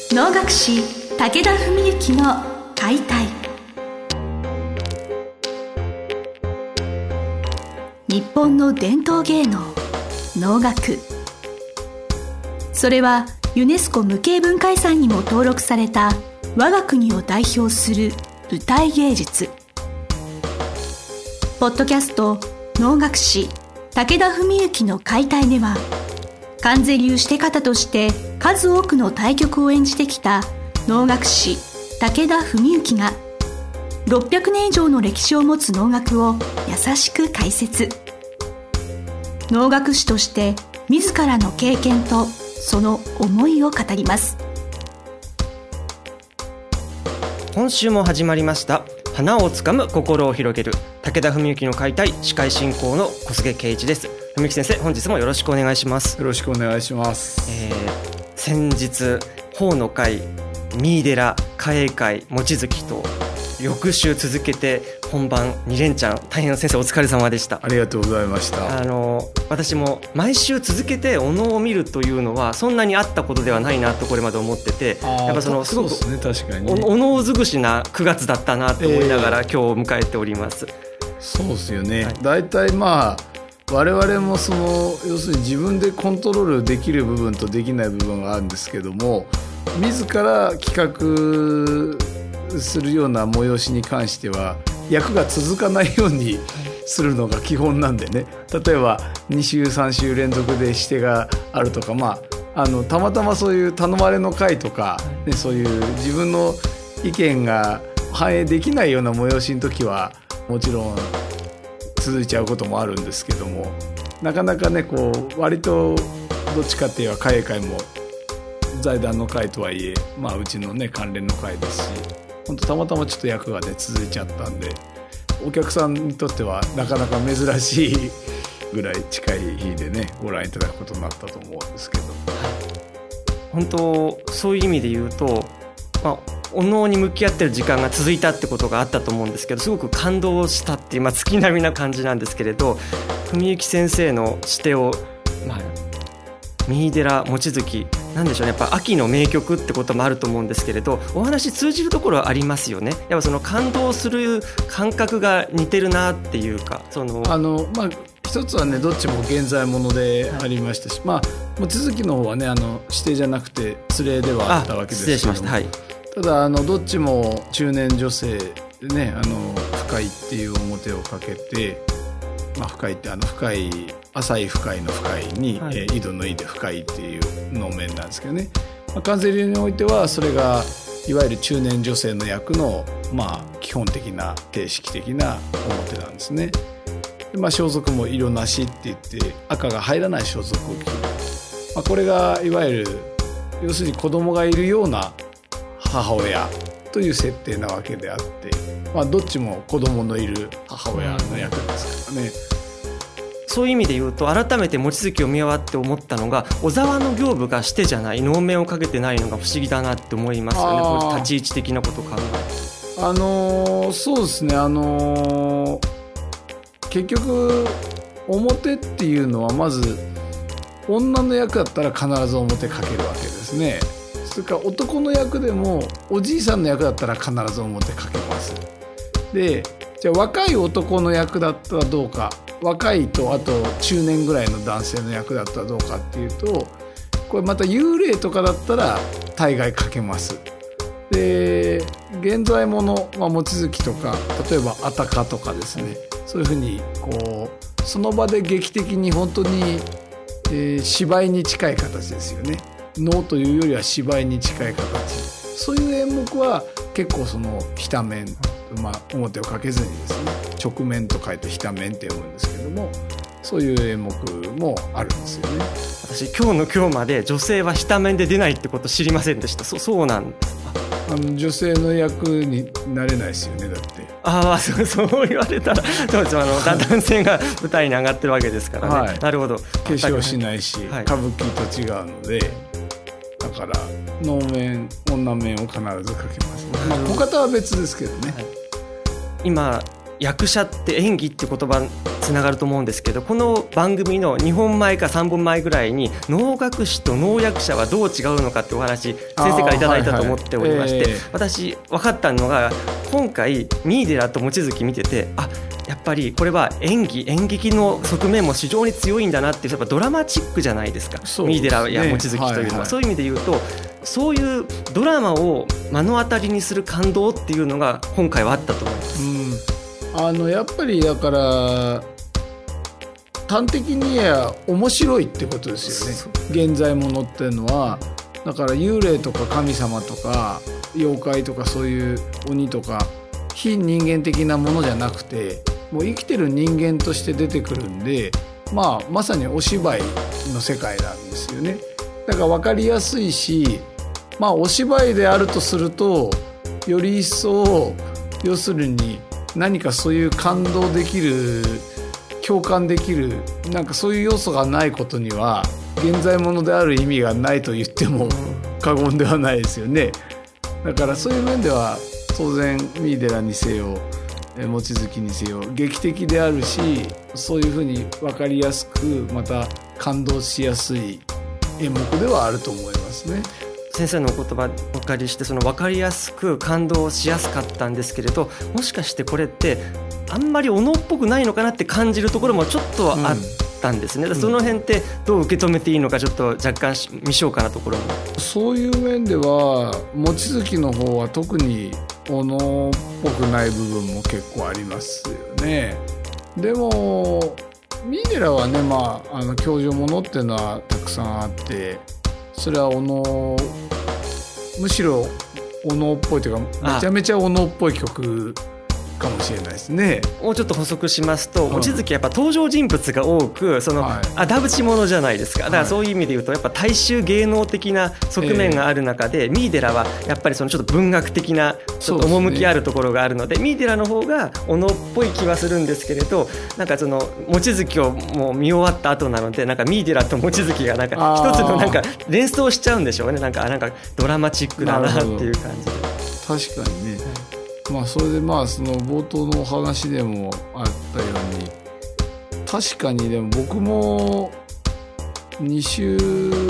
能楽師武田文幸の解体。日本の伝統芸能能楽、それはユネスコ無形文化遺産にも登録された我が国を代表する舞台芸術。ポッドキャスト能楽師武田文幸の解体では、観世流して方として数多くの大曲を演じてきた能楽師武田文幸が600年以上の歴史を持つ能楽を優しく解説。能楽師として自らの経験とその思いを語ります。 今週も始まりました花をつかむ心を広げる武田文幸の解体、司会進行の小菅圭一です。文幸先生、本日もよろしくお願いします。 よろしくお願いします。 先日法の会、三井寺、嘉永会、望月と翌週続けて本番2連チャン、大変先生お疲れ様でした。 ありがとうございました。 私も毎週続けてお能を見るというのはそんなにあったことではないなとこれまで思ってて、やっぱすごくそうですね、確かにお能尽くしな9月だったなと思いながら今日を迎えております。 そうですよね、だいたい我々も要するに自分でコントロールできる部分とできない部分があるんですけども、自ら企画するような催しに関しては役が続かないようにするのが基本なんでね。例えば2週3週連続で指定があるとか、たまたまそういう頼まれの会とか、ね、そういう自分の意見が反映できないような催しの時はもちろん続いちゃうこともあるんですけども、なかなかね割とどっちかっていうと嘉永会も財団の会とはいえ、うちのね関連の会ですし、本当たまたまちょっと役がね続いちゃったんで、お客さんにとってはなかなか珍しいぐらい近い日でねご覧いただくことになったと思うんですけど、 本当そういう意味で言うと、お能に向き合ってる時間が続いたってことがあったと思うんですけど、すごく感動したっていう、月並みな感じなんですけれど、文幸先生の指定を、三井寺、望月、なんでしょうね、やっぱ秋の名曲ってこともあると思うんですけれど、お話通じるところはありますよね。やっぱその感動する感覚が似てるなっていうか、 一つはねどっちも現在ものでありましたし、望月の方はね指定じゃなくて連れではあったわけですけども、 失礼しました、 ただどっちも中年女性でね、深いっていう表をかけて、深いって深い浅い深いの深いに、井戸の井で深いっていう能面なんですけどね、観世流においてはそれがいわゆる中年女性の役の、基本的な形式的な表なんですね。で、装束も色なしって言って赤が入らない装束を着る、これがいわゆる要するに子供がいるような母親という設定なわけであって、どっちも子供のいる母親の役ですからね。 そういう意味で言うと改めて望月を見終わって思ったのが、小沢の屏風がしてじゃない、能面をかけてないのが不思議だなって思いますよね。これ立ち位置的なことを考えると、 そうですね、結局表っていうのはまず女の役だったら必ず表かけるわけですね。それから男の役でもおじいさんの役だったら必ず表かけます。で、じゃあ若い男の役だったらどうか、若いとあと中年ぐらいの男性の役だったらどうかっていうと、これまた幽霊とかだったら大概かけます。で、現在もの、望月とか例えばあたかとかですね、そういうふうにその場で劇的に本当に、芝居に近い形ですよね。能というよりは芝居に近い形、そういう演目は結構下面、表をかけずにですね、直面と書いて下面って読むんですけども、そういう演目もあるんですよね。 私今日の今日まで女性は下面で出ないってこと知りませんでした。そうなんですか。 女性の役になれないですよね。だってそう言われたらそうです。男性が舞台に上がってるわけですからね、なるほど。 化粧しないし、歌舞伎と違うので、だから能面女面を必ずかけます。小方は別ですけどね、 今役者って演技って言葉につながると思うんですけど、この番組の2本前か3本前ぐらいに能楽師と能役者はどう違うのかってお話先生からいただいたと思っておりまして、私分かったのが今回三井寺と望月見てて、やっぱりこれは演劇の側面も非常に強いんだなって、やっぱドラマチックじゃないですか、三井寺や望月というのは、そういう意味で言うとそういうドラマを目の当たりにする感動っていうのが今回はあったと思います。 やっぱりだから端的には面白いってことですよね。現在ものっていうのはだから幽霊とか神様とか妖怪とかそういう鬼とか非人間的なものじゃなくて、もう生きてる人間として出てくるんで、まさにお芝居の世界なんですよね。だから分かりやすいし、お芝居であるとするとより一層要するに何かそういう感動できる、共感できる、なんかそういう要素がないことには現在ものである意味がないと言っても過言ではないですよね。だからそういう面では当然三井寺にせよ望月にせよ劇的であるし、そういうふうに分かりやすくまた感動しやすい演目ではあると思いますね。 先生のお言葉お借りして、その分かりやすく感動しやすかったんですけれど、もしかしてこれってあんまりお能っぽくないのかなって感じるところもちょっとあったんですね。その辺ってどう受け止めていいのか、ちょっと若干未消化なところも。 そういう面では望月の方は特にお能っぽくない部分も結構ありますよね。でも三井寺はね、教場物っていうのはたくさんあって、それはお能、むしろお能っぽいというかめちゃめちゃお能っぽい曲かもしれないですね。 もうちょっと補足しますと、望月はやっぱ登場人物が多く、あだぶち者じゃないですか。だからそういう意味で言うとやっぱ大衆芸能的な側面がある中で、三井寺はやっぱりちょっと文学的なちょっと趣あるところがあるので、三井寺の方がお能っぽい気はするんですけれど、なんか望月をもう見終わった後なので、なんか三井寺と望月がなんか一つのなんか連想しちゃうんでしょうね。なんかドラマチックだなっていう感じで。 確かにね。それでその冒頭のお話でもあったように、確かにでも僕も2週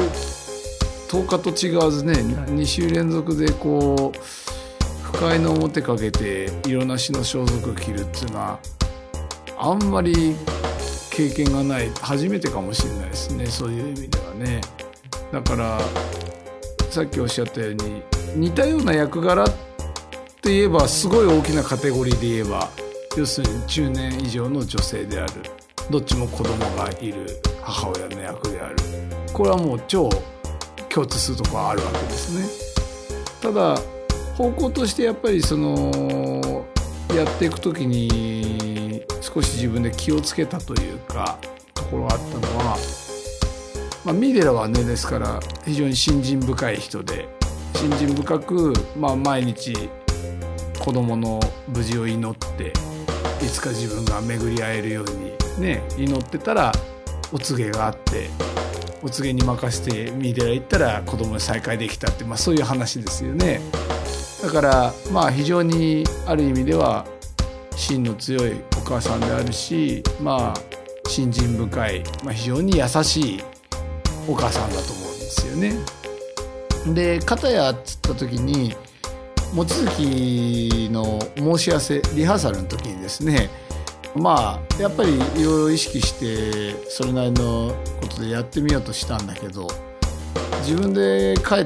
10日と違わずね、2週連続でこう不快の表かけて色なしの装束を着るっていうのはあんまり経験がない、初めてかもしれないですね。そういう意味ではね。だからさっきおっしゃったように似たような役柄って言えばすごい大きなカテゴリーで言えば、要するに中年以上の女性である、どっちも子供がいる母親の役である、これはもう超共通するところがあるわけですね。ただ方向としてやっぱりやっていくときに少し自分で気をつけたというかところがあったのは、三井寺はね、ですから非常に信心深い人で、信心深く、毎日子供の無事を祈って、いつか自分が巡り会えるようにね祈ってたらお告げがあって、お告げに任せて三井寺行ったら子供に再会できたって、そういう話ですよね。だから非常にある意味では芯の強いお母さんであるし、信心深い、非常に優しいお母さんだと思うんですよね。で片やっつった時に望月の申し合わせリハーサルの時にですね、やっぱりいろいろ意識してそれなりのことでやってみようとしたんだけど、自分で帰って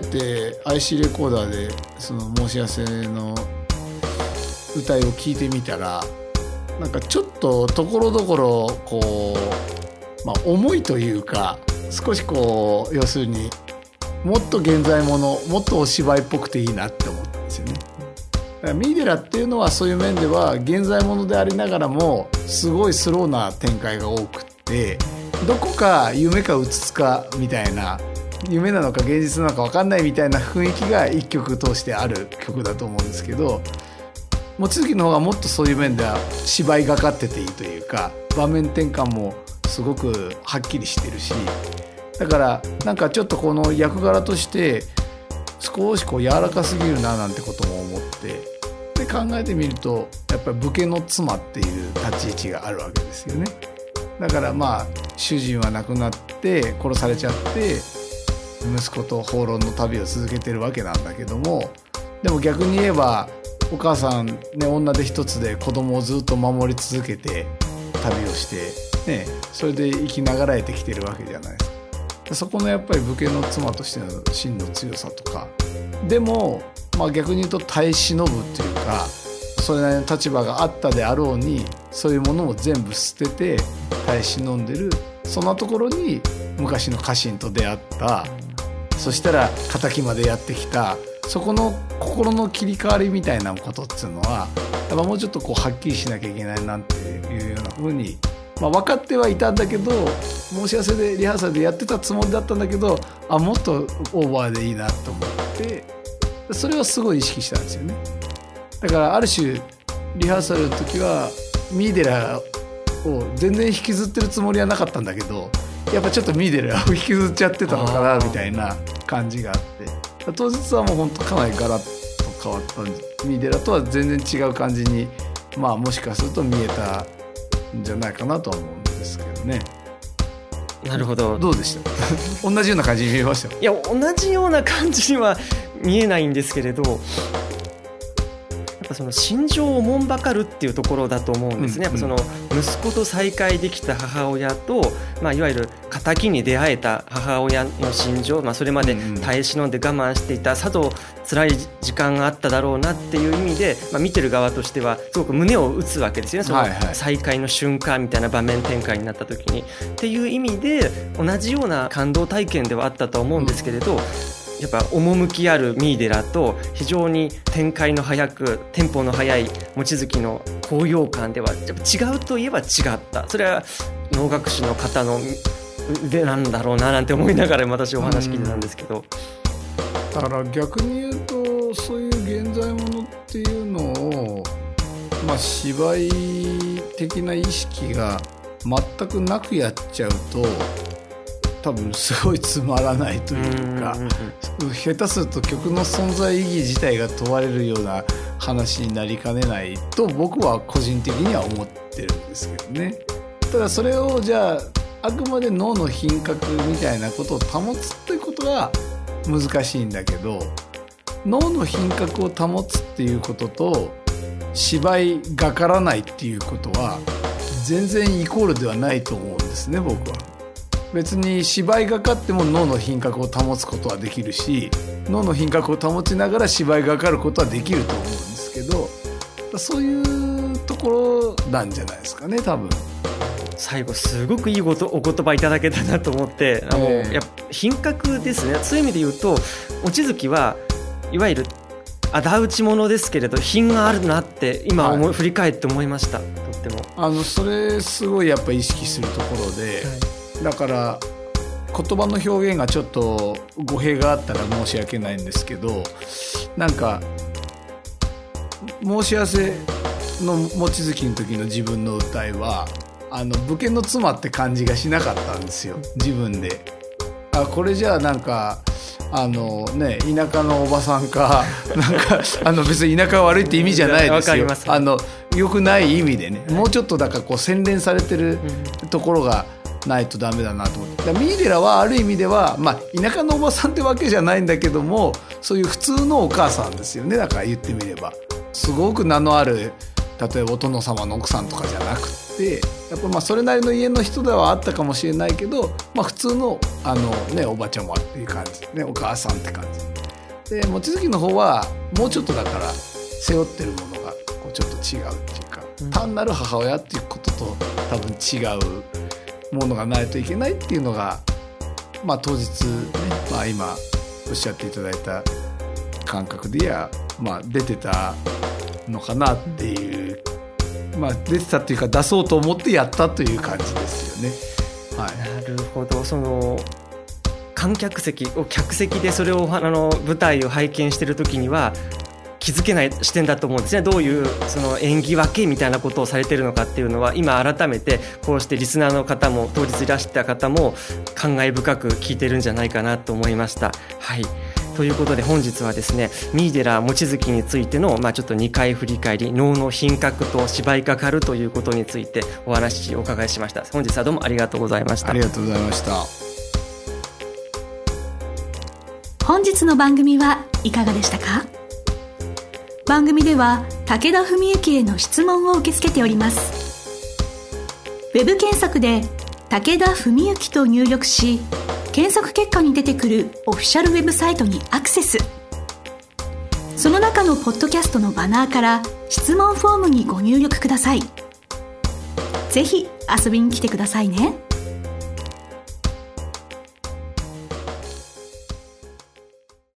IC レコーダーでその申し合わせの歌いを聞いてみたら、なんかちょっとところどころこう、重いというか、少しこう要するにもっと現在もの、もっとお芝居っぽくていいなって思ったんですよね。だから三井寺っていうのはそういう面では現在ものでありながらもすごいスローな展開が多くって、どこか夢かうつつかみたいな、夢なのか現実なのか分かんないみたいな雰囲気が一曲通してある曲だと思うんですけど、望月の方がもっとそういう面では芝居がかってていいというか、場面転換もすごくはっきりしてるし、だからなんかちょっとこの役柄として少しこう柔らかすぎるななんてことも思って、で考えてみるとやっっぱり武家の妻っていう立ち位置があるわけですよね。だからまあ主人は亡くなって殺されちゃって息子と放浪の旅を続けてるわけなんだけども、でも逆に言えばお母さんね、女手一つで子供をずっと守り続けて旅をしてね、それで生きながらえてきてるわけじゃないですか。そこのやっぱり武家の妻としての真の強さとか、でもまあ逆に言うと耐え忍ぶというか、それなりの立場があったであろうにそういうものも全部捨てて耐え忍んでる、そんなところに昔の家臣と出会った、そしたら敵までやってきた、そこの心の切り替わりみたいなことっていうのはやっぱもうちょっとこうはっきりしなきゃいけないなっていうような風に、まあ、分かってはいたんだけど、申し合わせでリハーサルでやってたつもりだったんだけど、もっとオーバーでいいなと思って、それをすごい意識したんですよね。だからある種リハーサルの時はミーデラを全然引きずってるつもりはなかったんだけど、やっぱちょっとミーデラを引きずっちゃってたのかなみたいな感じがあって、当日はもう本当かなりガラッと変わったミーデラとは全然違う感じに、まあもしかすると見えたんじゃないかなとは思うんですけどね。 なるほど。 どうでした同じような感じに見えましたよ。 いや同じような感じには見えないんですけれど、やっぱその心情をおもんばかるっていうところだと思うんですね。やっぱその息子と再会できた母親と、まあ、いわゆる仇に出会えた母親の心情、まあ、それまで耐え忍んで我慢していたさぞ辛い時間があっただろうなっていう意味で、まあ、見てる側としてはすごく胸を打つわけですよね。その再会の瞬間みたいな場面展開になった時にっていう意味で同じような感動体験ではあったと思うんですけれど、やっぱ趣あるミーデラと非常に展開の早くテンポの速い望月の高揚感ではやっぱ違うといえば違った。それは能楽師の方の腕なんだろうななんて思いながら私お話聞いてたんですけど、 だから逆に言うとそういう現在ものっていうのを、まあ、芝居的な意識が全くなくやっちゃうと多分すごいつまらないというか、下手すると曲の存在意義自体が問われるような話になりかねないと僕は個人的には思ってるんですけどね。ただそれをじゃああくまで脳の品格みたいなことを保つっていうことが難しいんだけど、脳の品格を保つっていうことと芝居がからないっていうことは全然イコールではないと思うんですね。僕は別に芝居がかっても脳の品格を保つことはできるし、脳の品格を保ちながら芝居がかることはできると思うんですけど、そういうところなんじゃないですかね多分。 最後すごくいいお言葉いただけたなと思って、やっぱ品格ですね。そういう意味で言うと望月はいわゆる仇討ち者ですけれど品があるなって今振り返って思いました。とってもそれすごいやっぱ意識するところで、だから言葉の表現がちょっと語弊があったら申し訳ないんですけど、なんか申し合わせの望月の時の自分の歌いは武家の妻って感じがしなかったんですよ自分で。これじゃあなんか田舎のおばさんかなんか別に田舎悪いって意味じゃないですよ。良くない意味でね、もうちょっとだからこう洗練されてるところがないとダメだなと思って。ミーデラはある意味では、まあ、田舎のおばさんってわけじゃないんだけども、そういう普通のお母さんですよね。だから言ってみればすごく名のある、例えばお殿様の奥さんとかじゃなくて、やっぱまあそれなりの家の人ではあったかもしれないけど、まあ、普通のおばちゃまっていう感じね、お母さんって感じで、望月の方はもうちょっとだから背負ってるものがこうちょっと違うっていうか、単なる母親っていうことと多分違うものがないといけないっていうのが、まあ、当日ね、まあ、今おっしゃっていただいた感覚でまあ、出てたのかなっていう、まあ、出てたっていうか出そうと思ってやったという感じですよね。はい、 なるほど。その観客席客席でそれを舞台を拝見している時には気づけない視点だと思うんですね。どういうその演技分けみたいなことをされているのかっていうのは今改めてこうしてリスナーの方も当日いらした方も感慨深く聞いてるんじゃないかなと思いました。はい。 ということで本日はですね、三井寺望月についての、ちょっと2回振り返り、能の品格と芝居かかるということについてお話お伺いしました。本日はどうもありがとうございました。 ありがとうございました。 本日の番組はいかがでしたか？番組では武田文幸への質問を受け付けております。ウェブ検索で武田文幸と入力し、検索結果に出てくるオフィシャルウェブサイトにアクセス。その中のポッドキャストのバナーから質問フォームにご入力ください。ぜひ遊びに来てくださいね。